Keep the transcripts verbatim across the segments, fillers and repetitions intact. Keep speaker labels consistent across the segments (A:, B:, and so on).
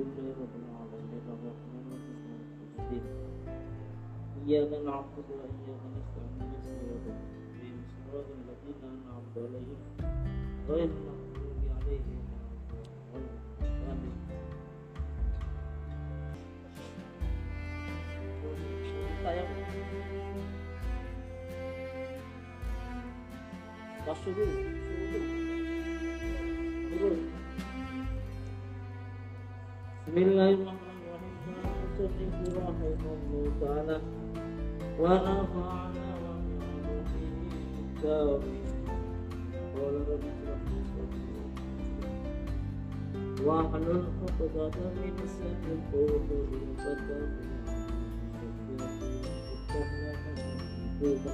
A: Alhamdulillahi rabbil alamin arrahmanir rahim maliki yaumiddin. Iyyaka na'budu wa iyyaka nasta'in ihdinas siratal ladzina an'amta 'alaihim ghairil maghdubi 'alaihim waladdallin. Saya Tasuru, Tasuru. Bismillahirrahmanirrahim. Sallallahu rahimahullah ta'ala wa nafa'ana wa bihi dawi. Qala rabbi wa halul 'uqdatam min lisani qawli fattabi'u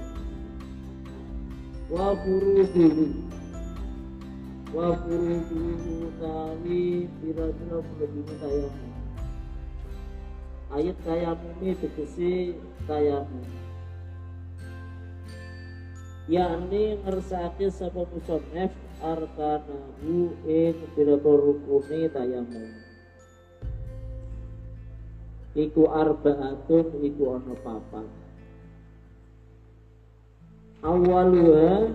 A: wa furuduhu wa furuduhu tali pira-pira lebihnya tayamu. Ayat tayamu ini tegesi tayamu, yakni ngersake sapa musannaf arkanahu ing pira-pira rukune tayamu. Iku arbaatun iku ana papat. Awaluha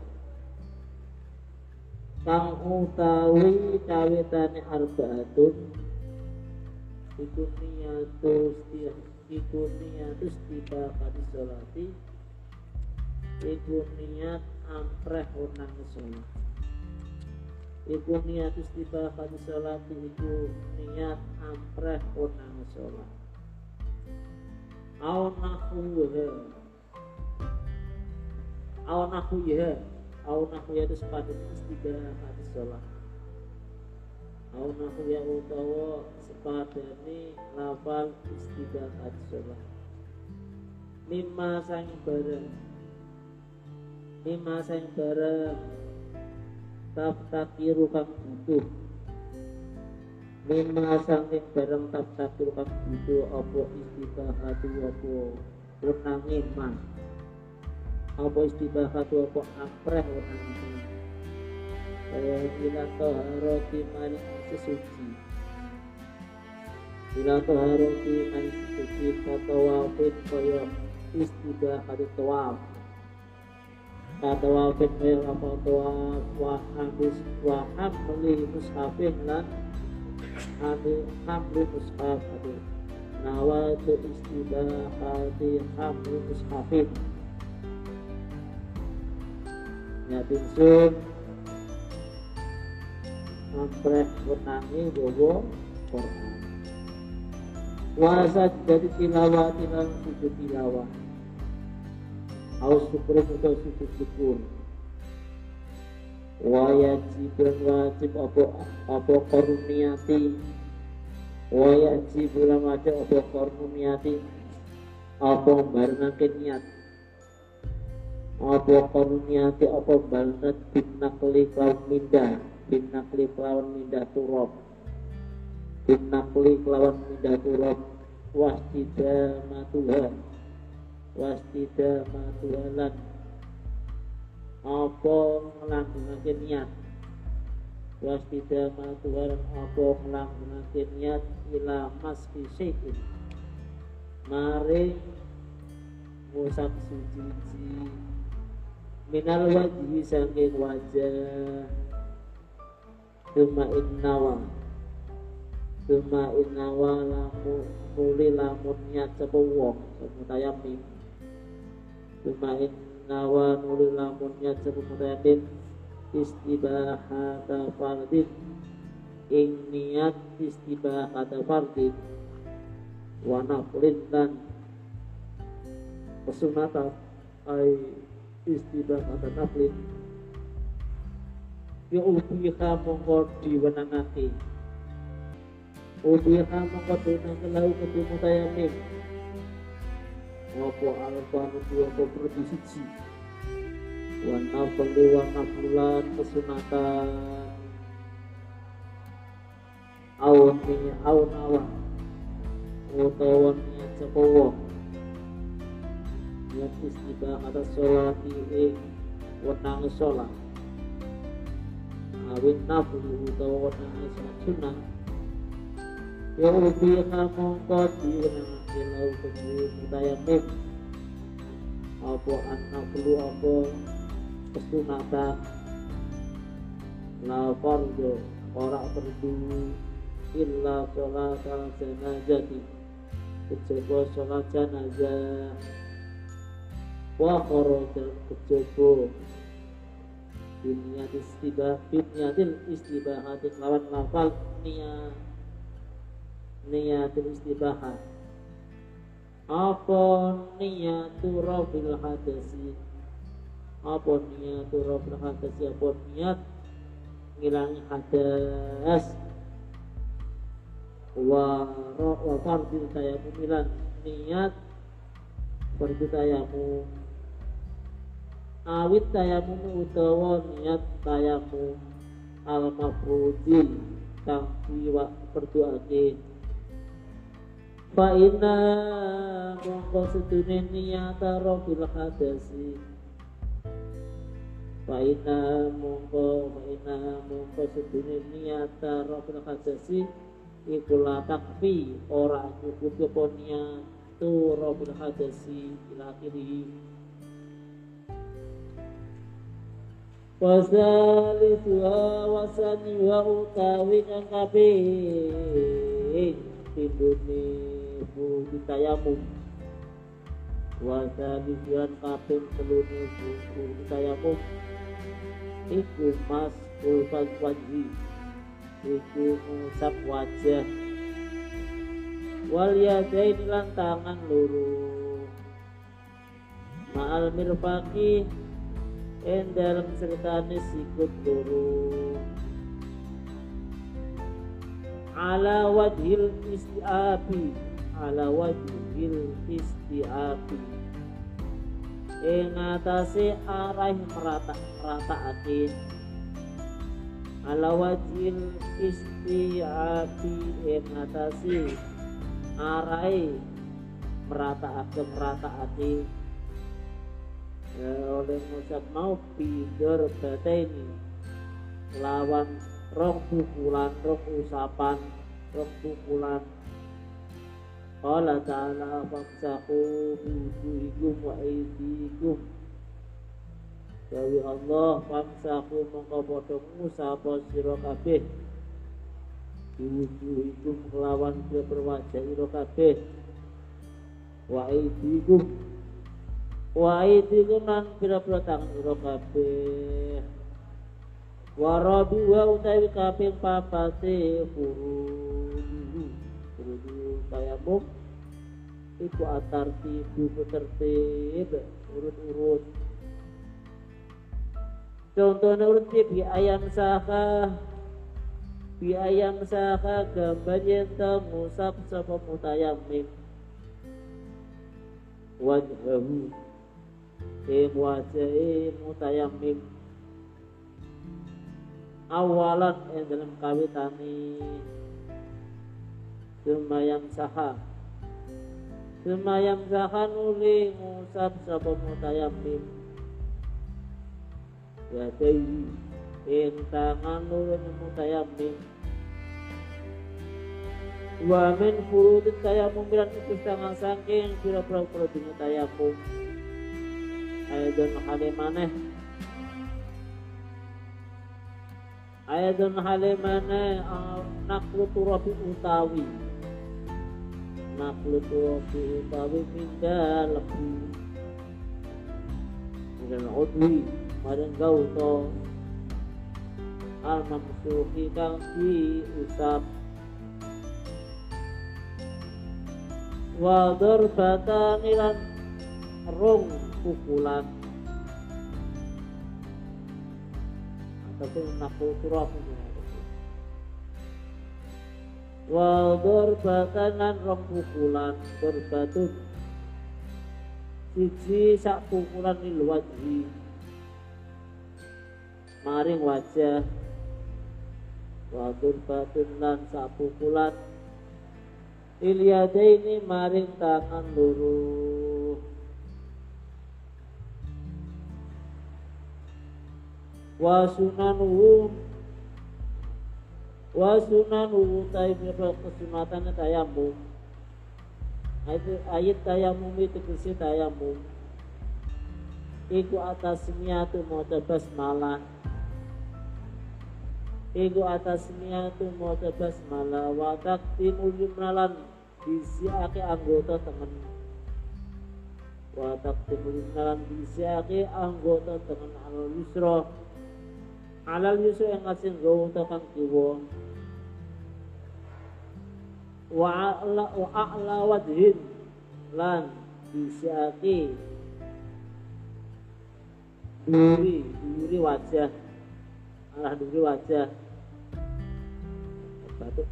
A: kang utawi kawitane arbaatun iku niyatus iku niyatus tiba kali sholati iku niat ampreh unang sholat iku niyatus tiba kali sholati iku niat ampreh unang sholat au nahuha au nahuha au nahuha itu sepatutnya istidah hadis sholat au nahuha utawa sepadane lafal istidah hadis sholat mimma sang barang mimma sang barang taftakiru kang butuh mimma sang barang taftakiru kang butuh apa istidah hatu apa wenange mah apa istibahatu apa akreh wenang itu kaya bila toharoti maring sesuci bila toharoti maring sesuci katawafin kaya istibahatu tawaf katawafin kaya apa tawaf wahabis wahab meli mushafin lan hamil hamil mushaf nawatu istibahati hamil mushafin nyatinsun ampreh wenangi bobo Quran wasa jadi tilawah tilang sujud tilawah aus syukur atau sujud syukur wajib dan wajib apa apa koruniati wajib dan wajib apa koruniati apa barenake niat apa koruniati apa banget binakli kelawan mindah binakli kelawan mindah turab binakli kelawan mindah turab wastida matuha wastida matuhalan apa ngelanggunake niat wastida matuhalan apa ngelanggunake niat ila maski syai'in maring musab suci minal wajhi saking wajah Tuma innawa Tuma innawa lamu nuli lamun niat sapa wong mutayamim Tuma innawa nuli lamun niat sapa mutayamim istibahata fardin ing niat istibahata fardin wa naflin dan kesunatan ay istibah kata naflin ya ubiha mongko diwenangake ubiha mongko diwenangake lahu kedhi mutayamim apa alfanu dua berdi siji wa naflu wa naflulan kesunatan awni awnawa utawa niat sapa wong niat istibah kata sholat ing wenang sholat awin naflu utawa wenang sholat sunnah ya ubiha mongko diwenangake lau kedue mutayamim apa anak perlu apa kesunatan la fardu ora perdu illa sholat janazati kejaba sholat janazah wa kharaja kejaba biniat istibah biniatil istibahatin lawan lafal niat niatul istibahat apa niatu rafil hadasi apa niatu rafil hadasi apa niat ngilangi hadas wa wa fardil tayamum milan niat fardil tayamum awit tayamum utawa niat tayamum al mafrudil kang diwa perduake fa inna mongko sedune niyata rafil hadasi fa inna mongko fa inna mongko sedune niyata rafil hadasi iku la takfi ora cukup apa niyatu rafil hadasi ila akhirih wasalithuha wasani wa utawi kang kabeh pindune buku tayamum wasalithuhan kaping telune buku tayamum iku mas kulfal wajhi iku ngusap wajah wal yadaini lan tangan loro ma'al mirfaqi en dalam sertane sikut loro ala wajhil istiabi ala wajhil istiabi ing atase arah merata merataake ala wajhil istiabi ing atase arah merataake merataake ya, oleh musab mau bidor bata ini lawan rong pukulan rong usapan rong pukulan qala ta'ala famsahu wujuhikum wa aydikum Dawi Allah famsahu mongko padha ngusapa sira kabeh wujuhikum kelawan berwajah ira kabeh wa aydikum wa aydikum lan pira-pira tangan ira kabeh wa rabi wa utawi kaping papate furudu furudu tayamum iku atartibu tertib urut-urut contohnya urut bi ayam saka bi ayam saka gambar yang musab sapa mutayammim wajhahu ing wajahe mutayammim awalan yang dalam kawitani semayam saha semayam saha nuli ngusap sapa mutayammim ya dayi ing tangan nuli mutayammim wa min furudit tayamum bilan itu tangan saking pira-pira furudit tayamum ayatun halimaneh ayatun halimane naklu turabi utawi naklu turabi utawi pindah lebih dan udwi madan gauto al mamsuhi kang diusap wa darbatan ilan rong pukulan tapi nakul turaf wa darbatan lan rong pukulan darbatun siji sak pukulan lil wajhi maring wajah wa darbatun lan sak pukulan lil yadaini maring tangan loro wa sunanuhu Wa sunan utai beberapa kesunatan tayamum. Ayat tayamum itu kisi tayamum. Iku atas niatu maca basmalah. Iku atas niatu maca basmalah wa taqdimul yumnalan disiake anggota tengen. Wa taqdimul yumnalan disiake anggota tengen alal yusra. Alal yusra yang kasih nggawa kang kiwa. Wa a'la wa a'la wajhin lan disiake duri duri wajah alah duri wajah batuk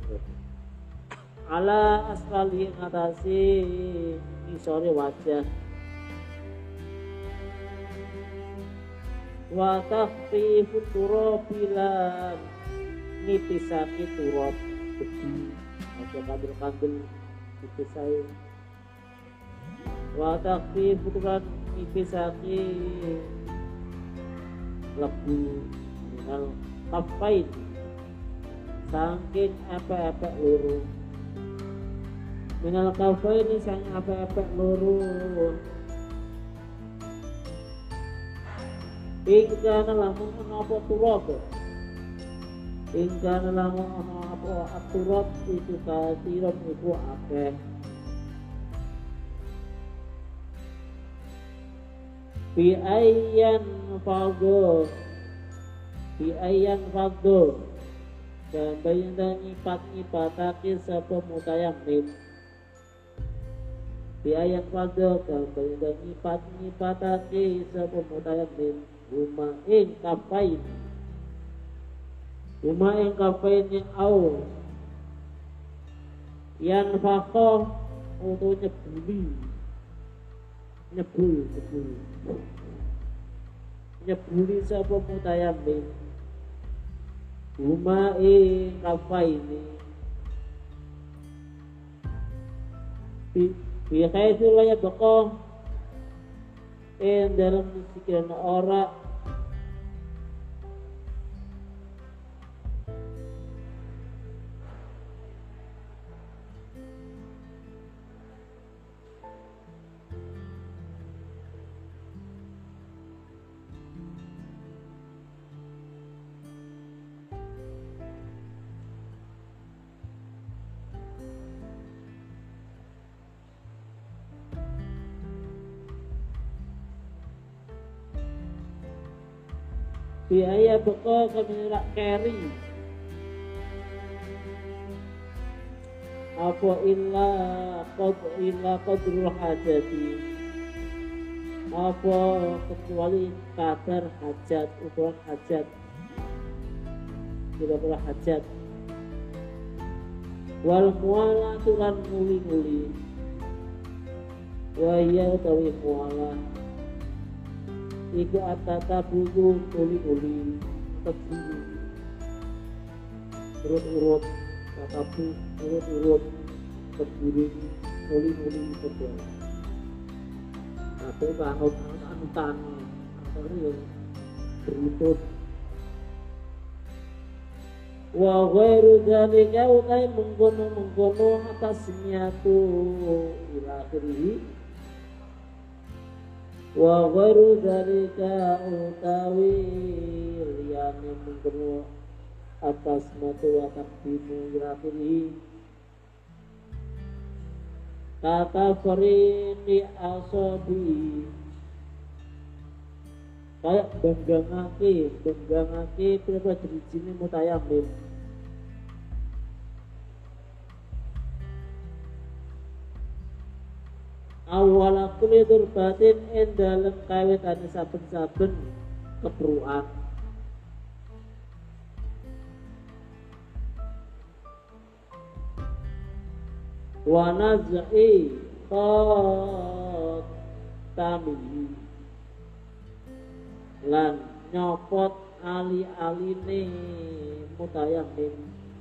A: ala asfali ngatasi isore wajah wa takhfifu turabilan nipisaki turab debu atau kandel-kandel dipisai wa takhfifu turan nipisaki lebu minal kafain saking apa-apa loro minal kafain saking apa-apa loro ingkana lamun ana apa turab ingkana lamun ana apa turab itu kasiran iku akeh bi ayyan fadho bi ayyan fadho dan bayang nyipat nyipatake sapa mutayammim bi ayyan fadho dan bayang nyipat nyipatake sapa mutayammim huma ing kafain huma ing kafain yang au yang fakho untuk nyebuli nyebul nyebul nyebuli sapa mutayammim huma ing kafaini bi bi khaitu la yabqa in dalam pikiran orang biaya beko kami rak keri apa illa qad illa qadrul hajati apa kecuali kadar hajat ukuran hajat tidak pernah hajat wal muala tulan nguli-nguli wa ya utawi muala iku atata buku uli-uli tebu urut-urut tatabu urut-urut teburi uli-uli tebu tapi kalau anutan atau yang berlutut wa ghairu dzalika utai mengkono-mengkono atas niatu ila akhirih wa ghairu dzalika utawi liyane mengkono atas matu wa takdimu ila akhirih kata farini asobi kayak benggangake benggangake berapa jenis mutayammim awala kulli durbatin ing dalem kawitane saben-saben kepruan wa naz'i khatamihi lan nyopot ali-aline mutayammim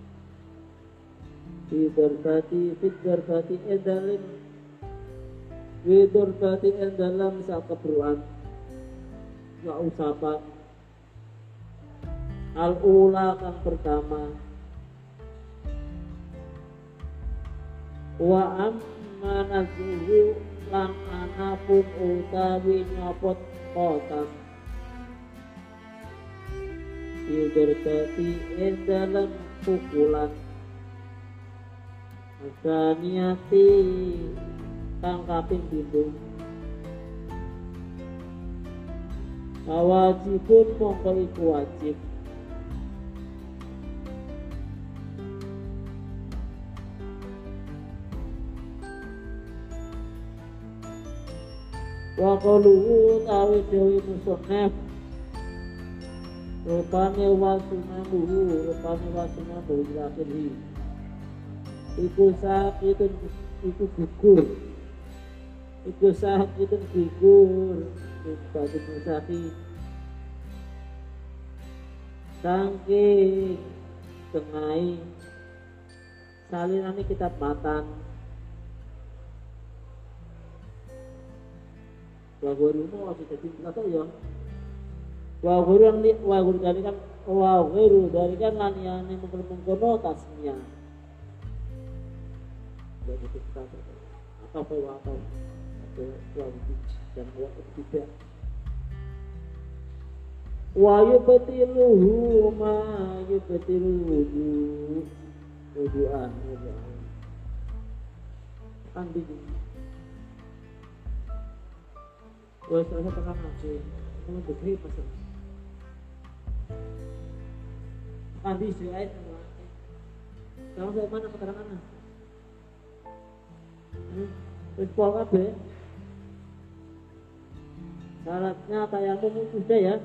A: fi durbati fi durbati edalin fi durbati edalam sak kepruan wa usapat al ula kang pertama Wa amma nazuhu lan anapun utawi nyopot kotas Yudharbati ing dalam pukulan Asaniyati kang kaping pindho Wajibun mongko iku wajib Wa qaluhu tawi dewi musonef Rupane wasunahu Rupane wasunahu Ilakirhi Iku sakitun Iku gugur Iku sakitun gugur Iku sakit Sangking Tengai Salinani kitab matan Waguru mau masih jadi kata ya. Waguru yang waguru dari kan waguru dari kan laniane mengkono tasnya. Jadi kita atau apa atau atau waguru dan waguru tidak. Wa yubtiluhu ma yubtiluhu wudu'an wudu'an. Kan di Gue selesai tengah nanti, teman begini pasal. Nanti istri ayat sama. Kamu dari mana keterangan mana? Terus pol kabe. Syaratnya tayamum sudah ya.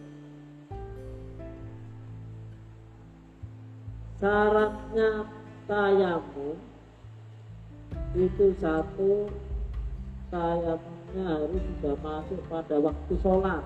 A: Syaratnya tayamum itu satu. Tayamumnya harus sudah masuk pada waktu sholat.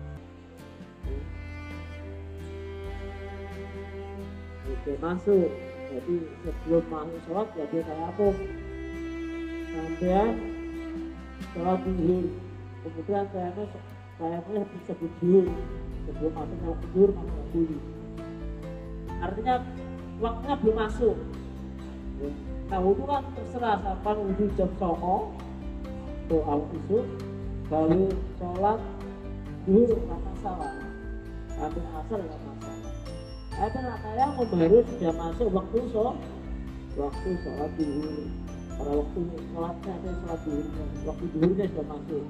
A: Sudah masuk, jadi sebelum masuk sholat ya dia tayamum. Sampai sholat zuhur, kemudian tayamum tayamumnya bisa zuhur. Sebelum masuk waktu zuhur masuk dulu. Artinya waktunya belum masuk. Nah itu kan terserah sampai wudhu jam songo. Awal isuk baru sholat dulu nggak masalah, ambil asal nggak masalah. Tapi katanya baru sudah masuk waktu sholat, waktu sholat dulu. Pada waktu sholatnya ada sholat dulu, waktu dulunya sudah masuk.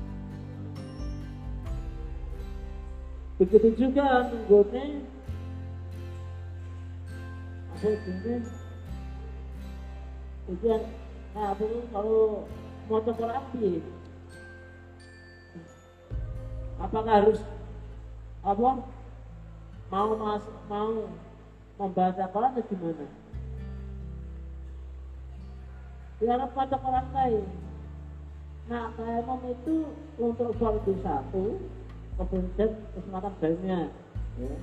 A: Begitu juga nenggone apa ini? Itu yang nah itu kalau mau Quran sih, apakah harus apa mau mas, mau membaca Quran atau gimana? Biar baca Quran lain. Nah tayamum itu untuk fardu satu, kemudian kesunatan banyak. Ya.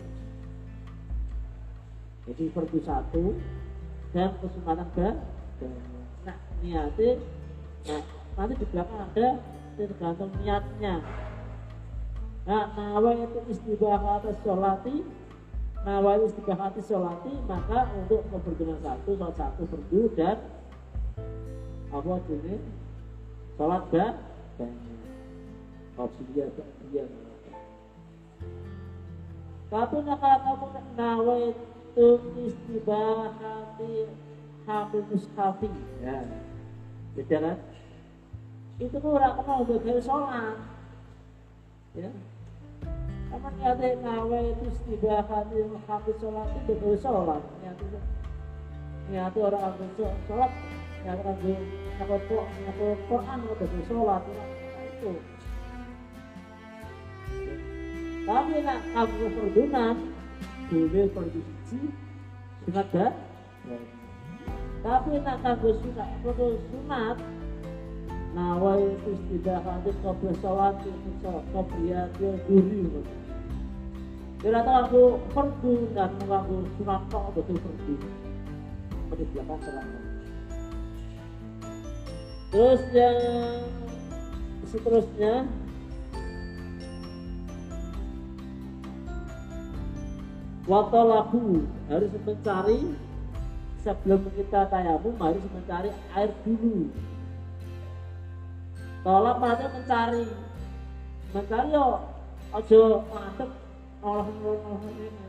A: Jadi fardu satu dan kesunatan banyak. Nah niatnya. Nah, nanti di belakang ada tergantung niatnya. Nah, nawa itu istibahati sholati, nawa istibahati sholati, maka untuk kebergunan satu, sholat satu fardu dan apa jenis sholat dan opsinya dia. Tapi nak kamu nawa itu istibahati hamil mushafi, ya. Beda kan? Itu tuh orang mau bagaimana sholat, ya. Kamu niatnya ngawe itu istibahati habis sholat itu bagaimana sholat, niatnya niatnya orang habis sholat, niatnya gue nyakut nyakut Quran bagaimana sholat, nah itu. Tapi nak kamu perdunan, boleh perdu suci, sunat dah. Tapi nak kamu sunat, perdu sunat. Nawa itu istibahati qabla sholat itu qabliyatnya duri. Kira tahu aku fardu dan mengganggu sunat kok betul fardu. Pada belakang terang. Terus yang seterusnya watolabu harus mencari sebelum kita tayamum harus mencari air dulu. Tolong perhatian mencari, mencari yo, ojo ngadep olah-olah ini.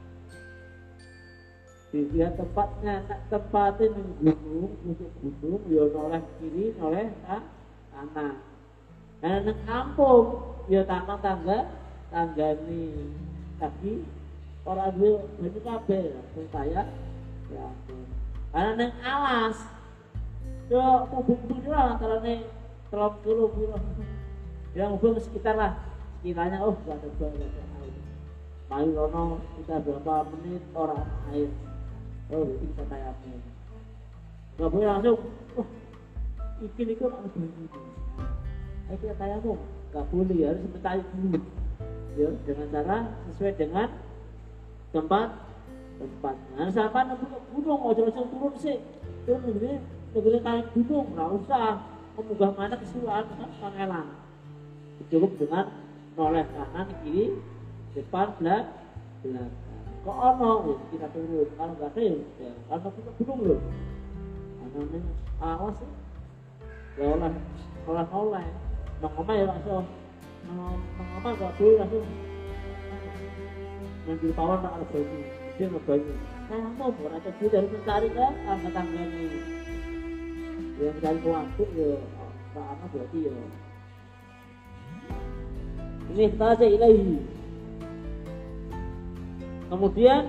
A: Dilihat tempatnya, tempatnya di gunung, gunung, gunung, yo noleh kiri, noleh kanan. Nah, di kampung, yo tanah tangga, tangga nih, tapi orang dulu banyak kabel, saya, ya. Karena di alas, yo kubung-kubung lah antara nih telur telur, yang hubung sekitar lah, sekitarnya oh gak ada gak ada air. Mayu rono kita berapa menit orang air. Oh, kita tayamum. Gak boleh langsung, wah, ikin itu harus begini. Ayo kita tayamum, gak boleh, harus mencari dulu. Ya, dengan cara sesuai dengan tempat tempatnya. Nah, sampai nemu gunung, ojo langsung turun sih, turun begini, begini naik gunung, nggak usah memunggah mana kesulitan kan kangelan. Cukup dengan noleh kanan kiri, depan belakang. Kok ono ya kita turun, kalau nggak ada ya udah, karena kita gunung loh, karena ini awas ya, ya oleh oleh oleh, mengomel ya langsung, mengomel nggak boleh langsung, ngambil pawon tak ada baju, dia nggak baju, saya mau bukan ada dia dari mencari kan, tangga tangga ini, yang mencari waktu ya, karena berarti ya, ini saja ilahi. Kemudian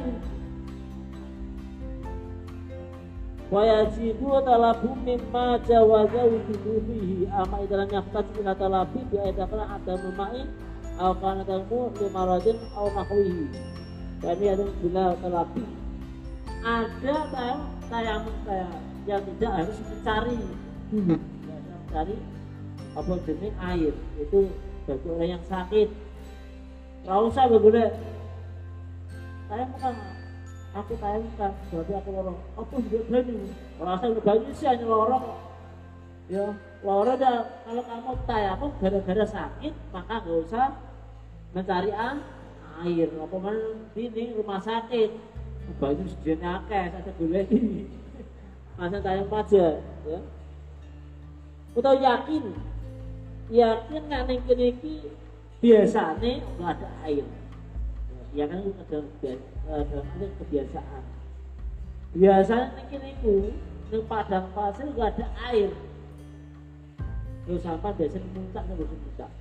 A: wajibu talabu mimma jawaza wujubihi ama idalan yahtaj ila talabi bi aidakala ada memai aw kana tamu lima rajin aw nahwihi. Jadi ada bila talabi ada tayamum saya yang tidak harus mencari dulu, mencari apa jenis air itu bagi orang yang sakit. Nggak usah begitu. Saya bukan, aku tayang kan, berarti aku lorong. Apa juga berani? Kalau saya udah banyak sih hanya lorong. Ya, lorong dah. Kalau kamu tayang gara-gara sakit, maka nggak usah mencari air. Apa mana ini rumah sakit, banyak sejenak akeh, saya boleh ini. Masa tayang aja, ya. Atau yakin, yakin nggak nengki-nengki biasanya nggak ada air. Ya kan itu ada kebiasaan. Biasanya mungkin itu di padang pasir gak ada air. Terus sampai biasanya muntah sama muntah.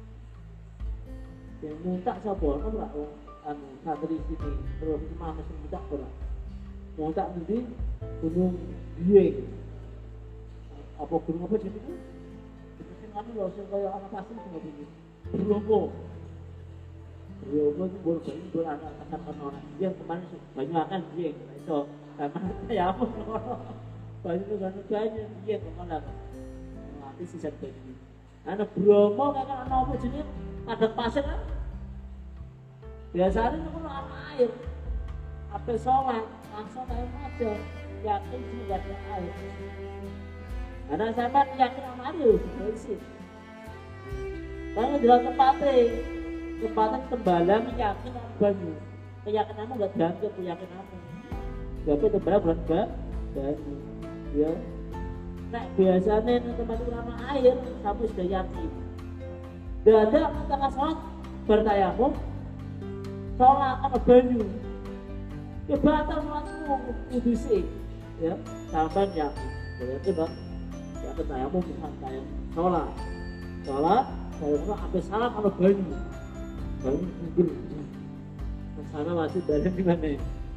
A: Yang muntah siapa? Kan nggak anu santri sini terus cuma masih muntah orang. Muntah nanti gunung Dieng. Apa gunung apa jadi itu? Itu kan anu loh, kayak anak pasir nggak begini. Bromo. Bromo itu boleh banyak beranak katakan orang dia kemarin banyak akan dia so karena ya apa banyak itu banyak banyak dia kemana nanti sisa banyak. Karena Bromo kakak anak apa jenis ada pasir kan? Biasanya itu kan air, apa sholat langsung air aja, yakin sih gak ada air. Karena saya yakin sama air bersih. Karena di dalam tempatnya tempatan tembalang yakin banyu, keyakinanmu nggak ganti keyakinanmu. Tapi tembalang bukan banyu, ya. Nah biasanya tempat itu lama air, kamu sudah yakin. Dada tengah sholat bertayamum, sholat apa banyu, ya batal sholatmu kudusik, ya. Sampai yakin, berarti bang, ya bertayamum bukan tayamum sholat, sholat, tayamum sampai salam apa banyu. Baru mungkin sana masih dalam di mana?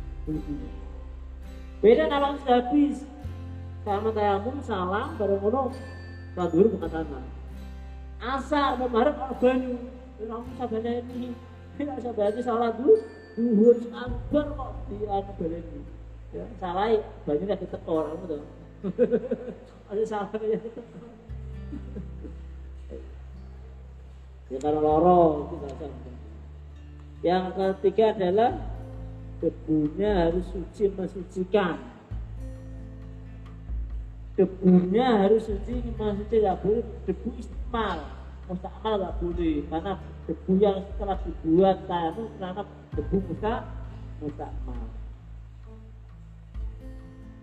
A: Beda kalau sudah habis sama tayamum salam baru ngono sadur bukan sana. Asa kemarin kalau banyu, kamu sabarnya ini tidak sabarnya salah dulu, duhur sabar kok di anu baleni. Ya salah banyu lagi tekor kamu tuh. Ada salah ya tekor. Ya karena lorong itu nggak sama. Yang ketiga adalah debunya harus suci mensucikan. Debunya harus suci mensucikan, nggak boleh debu istimal, mustakmal nggak boleh karena debu yang setelah dibuat itu karena debu mustak mustakmal.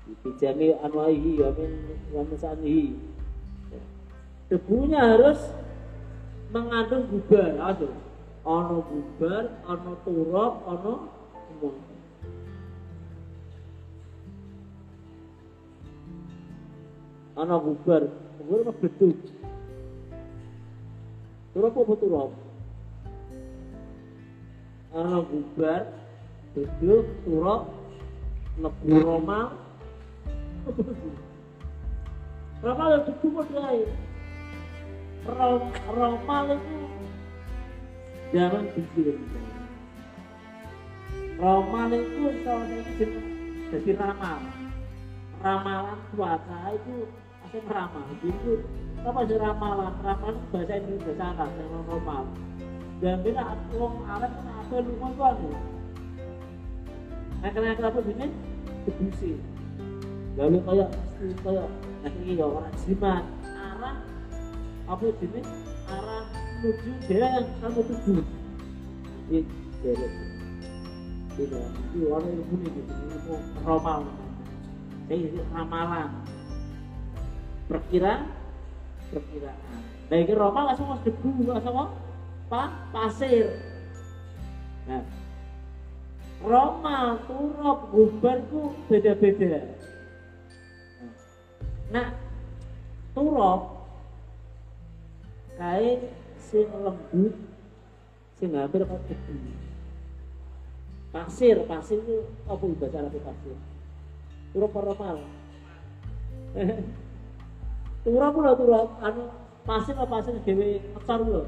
A: Bijami anwaihi wa min wa misanihi. Debunya harus mengandung gubar, aduh. Ono gubar, ono turab, ono semua. Ono gubar, gubar apa beduk? Turab apa turab? Ono gubar, beduk, turab, lebu romal. Romal itu debu modal. Romal itu jangan pikir. Romal itu soalnya jadi ramal. Ramalan cuaca itu asal ramal. Itu apa sih ramalan? Ramalan bahasa Indonesia sana yang normal. Dan bila orang Arab kan apa lumayan kan? Nah kenapa kenapa gini? Debusi. Lalu kayak kayak nanti ya orang jimat arah apa jenis arah menuju daerah yang kamu tuju. Ini daerah ini itu orang yang punya gitu itu ramal. Ini ramalan. Perkira perkiraan. Nah ini ramal langsung mas debu langsung apa pasir. Nah ramal turab gubarku beda-beda. Nah, turab kain sing lembut, sing hampir kaya debu. Pasir, pasir itu apa bahasa Arab pasir? Turab apa ramal? Turab lho turab, anu pasir apa pasir dhewe ngecor lho.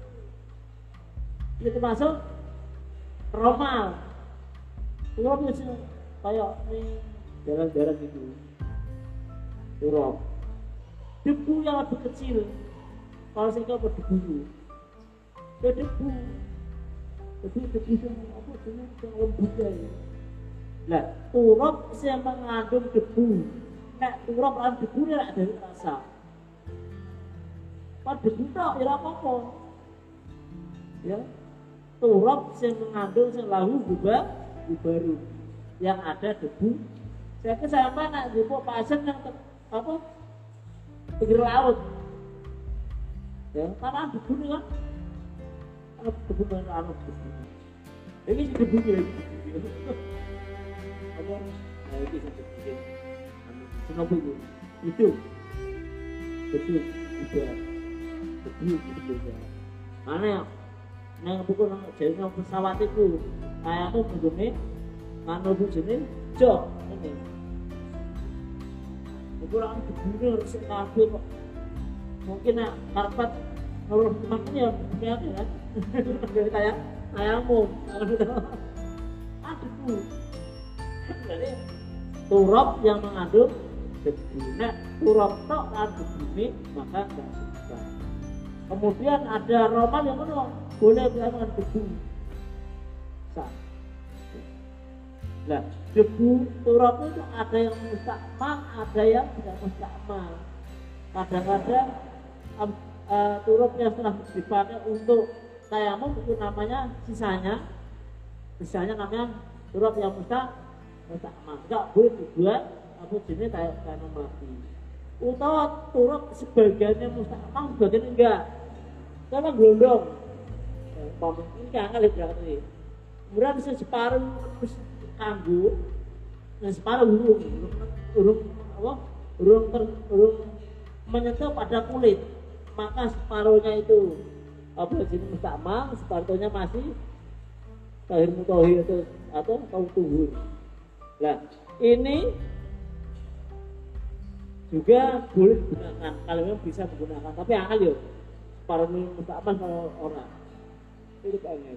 A: Itu termasuk ramal. Turab itu kayak ning jalan-jalan gitu. Turab. Debu yang lebih kecil. Kalau saya kau berdebu, ya debu, debu debu yang apa jenis yang lembut ya. Nah, turab yang mengandung debu. Nek turab kan debu ya ada rasa. Kalau debu tak ya apa-apa. Ya, turab yang mengandung yang lahu gubah baru yang ada debu. Saya kesama nak debu pasir yang apa pinggir laut ya karena debu nih kan ada debu dan anu debu ini debu ya apa nah ini sampai bikin kenapa itu itu debu juga debu itu juga mana ya yang buku jadi yang pesawat itu kayakmu begini anu begini jok ini kurang dibuni harus kabeh kok. Mungkin nak karpet kalau makan ya punya kan. Jadi kayak ayammu. Aduh. Jadi turab yang mengandung debu. Nah, turab tok kan dibuni maka enggak bisa. Kemudian ada ramal yang mana boleh dengan debu. Sah. Nah, debu turab itu ada yang mustakmal, ada yang tidak mustakmal. Kadang-kadang um, uh, turab yang setelah dipakai untuk tayamum itu namanya sisanya, sisanya namanya turab yang mustak, mustakmal. Enggak boleh dibuat apa jenis kayak tayamum lagi. Utawa turab sebagiannya mustakmal, sebagiannya enggak. Karena gelondong. Ini kangen ya berarti. Kemudian bisa separuh kanggo dan separuh urung urung apa urung ter urung menyentuh pada kulit, maka separuhnya itu apa jenis mustakmal, separuhnya masih tahir mutahhir atau atau kaum tuhur. Nah ini juga boleh digunakan kalau memang bisa menggunakan, tapi akal ya separuh mustakmal kalau orang itu pengen.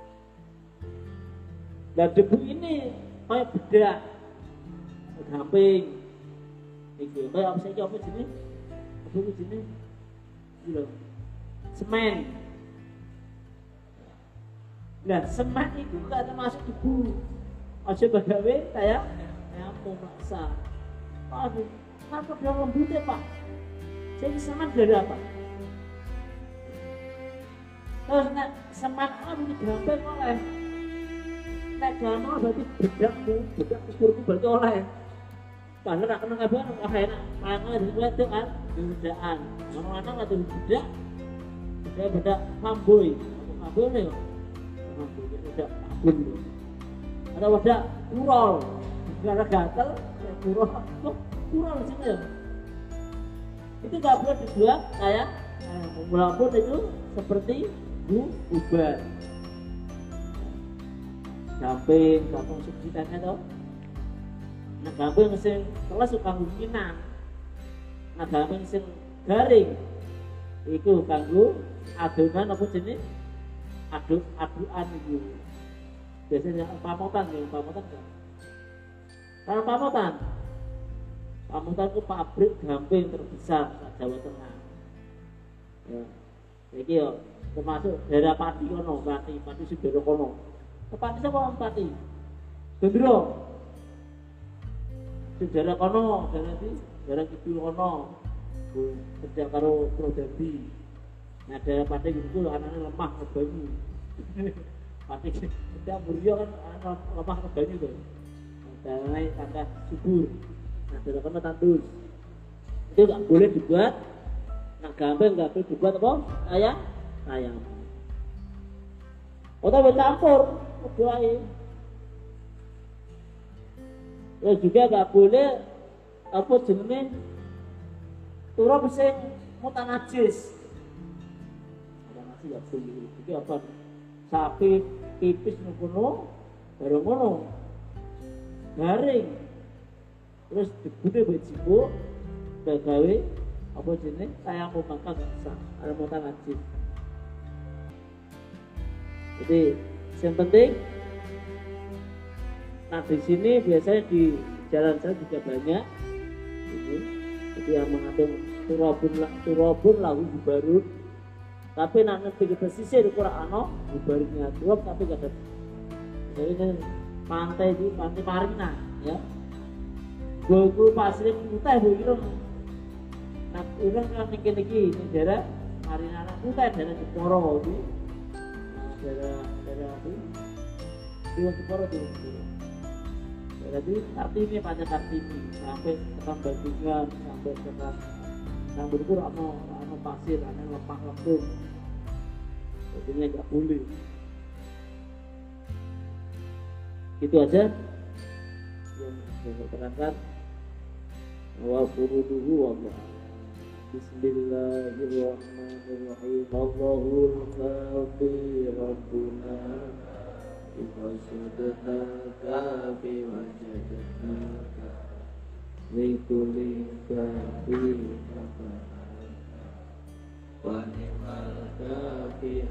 A: Nah debu ini kayak bedak, gamping, ini kayak apa sih apa jenis, apa jenis, gitu, semen. Nah semen itu nggak termasuk debu, aja bagawe kayak kayak mau maksa. Aduh, kan pada lembut ya pak. Jadi semen dari apa? Terus nak semen apa ini gampang oleh. Nek gampang berarti bedakmu, bedak kukurku berarti oleh. Padahal nak kena kabeh ora enak. Mangan di wedok kan bedaan. Orang lanang atau bedak. Bedak bedak mamboy. Mamboy ne kok. Mamboy bedak abun. Ada bedak kurol. Gara gatel, kurol. Kok kurol sini ya? Itu enggak boleh dibuat kayak walaupun itu seperti bu uban. Gamping, gampang subsidiannya toh. Nah gamping sing teles kanggo kinang. Nah gamping sing garing iku kanggo adonan apa jenis aduk adukan iku. Biasanya pamotan ya, pamotan kan. Kalau pamotan, pamotan itu pabrik gamping terbesar di Jawa Tengah. Ya, iki yo termasuk daerah Pati kono, Pati, Pati Sibero kono. Pati sapa Pati? Gendro. Di daerah kono, daerah di daerah kidul kono. Kerja karo Prodambi. Nah daerah Pati gitu anaknya lemah kebanyu. Pati kerja Buryo kan anak lemah kebanyu tuh. Daerah tanda subur. Nah daerah kono tandus. Itu nggak boleh dibuat. Nah gampang nggak boleh dibuat apa? Ayam, ayam. Atau bercampur, berdoain. Ya juga nggak boleh apa jenenge turun sing mutan najis. Ada nasi nggak boleh. Jadi apa? Sapi pipis ngono, baru ngono, garing. Terus dibudi bejiku, bagawe apa jenenge sayang mau makan nggak bisa. Ada mutan najis. Jadi yang penting, nah di sini biasanya di jalan saya juga banyak, ini, jadi yang mengandung turabun, turabun lagu bubarun, tapi nak nanti kita sisir kurang ano bubarnya turab tapi gak ada, jadi ini pantai di pantai Marina, ya, gue pasir putih begitu, nah orang yang tinggi tinggi ini daerah Marina putih daerah Jeporo itu. daerah daerah itu di Jeporo di jadi Kartini pada Kartini sampai ke Bandungan sampai ke yang berkur ano ano pasir ano lepah lempung jadinya nggak boleh itu aja yang saya terangkan wa furuduhu wallah. Bismillahirrahmanirrahim. Allahul kafi Rabbuna Iqasadna kafi wajadna Likulli kafi wa ni'mal kafi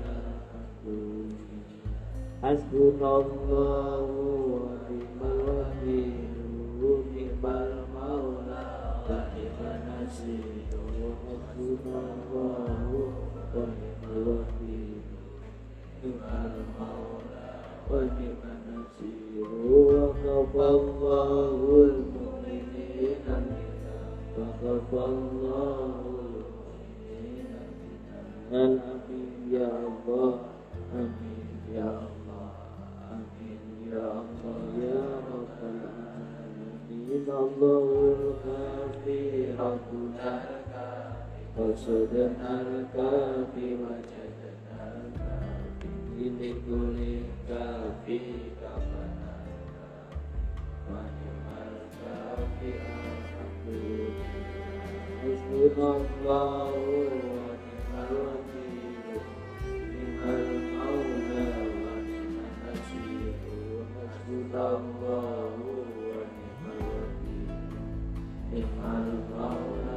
A: Hasbunallahu wa ni'mal wakil ni'mal maula wa ni'mal nasir Hasbunallahu wa ni'mal wakil ni'mal maula wa ni'mal nasir wa kafallahul mu'minina wa kafallahul mu'minina amin ya Allah amin ya Allah amin ya Allah ya Rabbal alamin Allahul kafi Rabbuna Qasadna al-kafi wajadna al-kafi Ini kulli kafi kafana wa ni'mal kafi alhamdulillah Hasbunallahu wa ni'mal wakil ni'mal maula wa ni'mal nasir Hasbunallahu wa ni'mal wakil ni'mal maula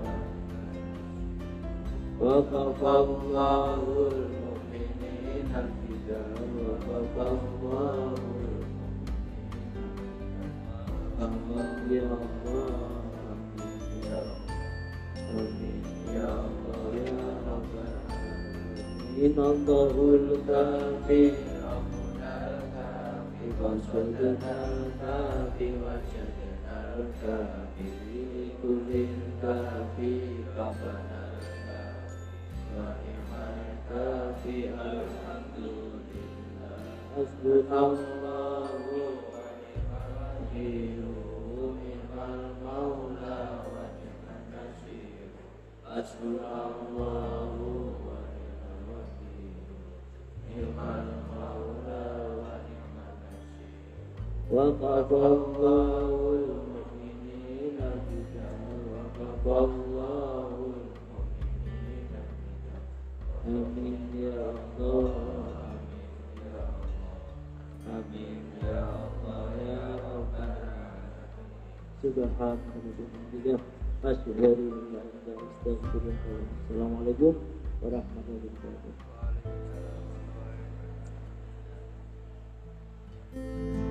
A: wa kafallahul mu'minina al-qital wa kafallahul mu'minina ya Allah amin ya Allah ya Rabbal alamin Allahul kafi Rabbunal kafi Qasadnal kafi wajadnal kafi Kullin kafi Rabbana wa ni'mal kafi alhamdulillah Hasbunallahu wa ni'mal wakil ni'mal
B: Hasbunallahu wa ni'mal wakil. Ni'mal maula wa ni'mal nasir. Wa qadallahu al-mu'minina al-qital. Wa qadallahu al-mu'minina al-qital. Amin ya Allah. Amin ya Allah ya Rabbal alamin.
A: Subhanallah. Asyhadu an la ilaha illa anta astaghfiruka wa atubu ilaik. Assalamualaikum warahmatullahi wabarakatuh.
B: Waalaikumsalam warahmatullahi wabarakatuh.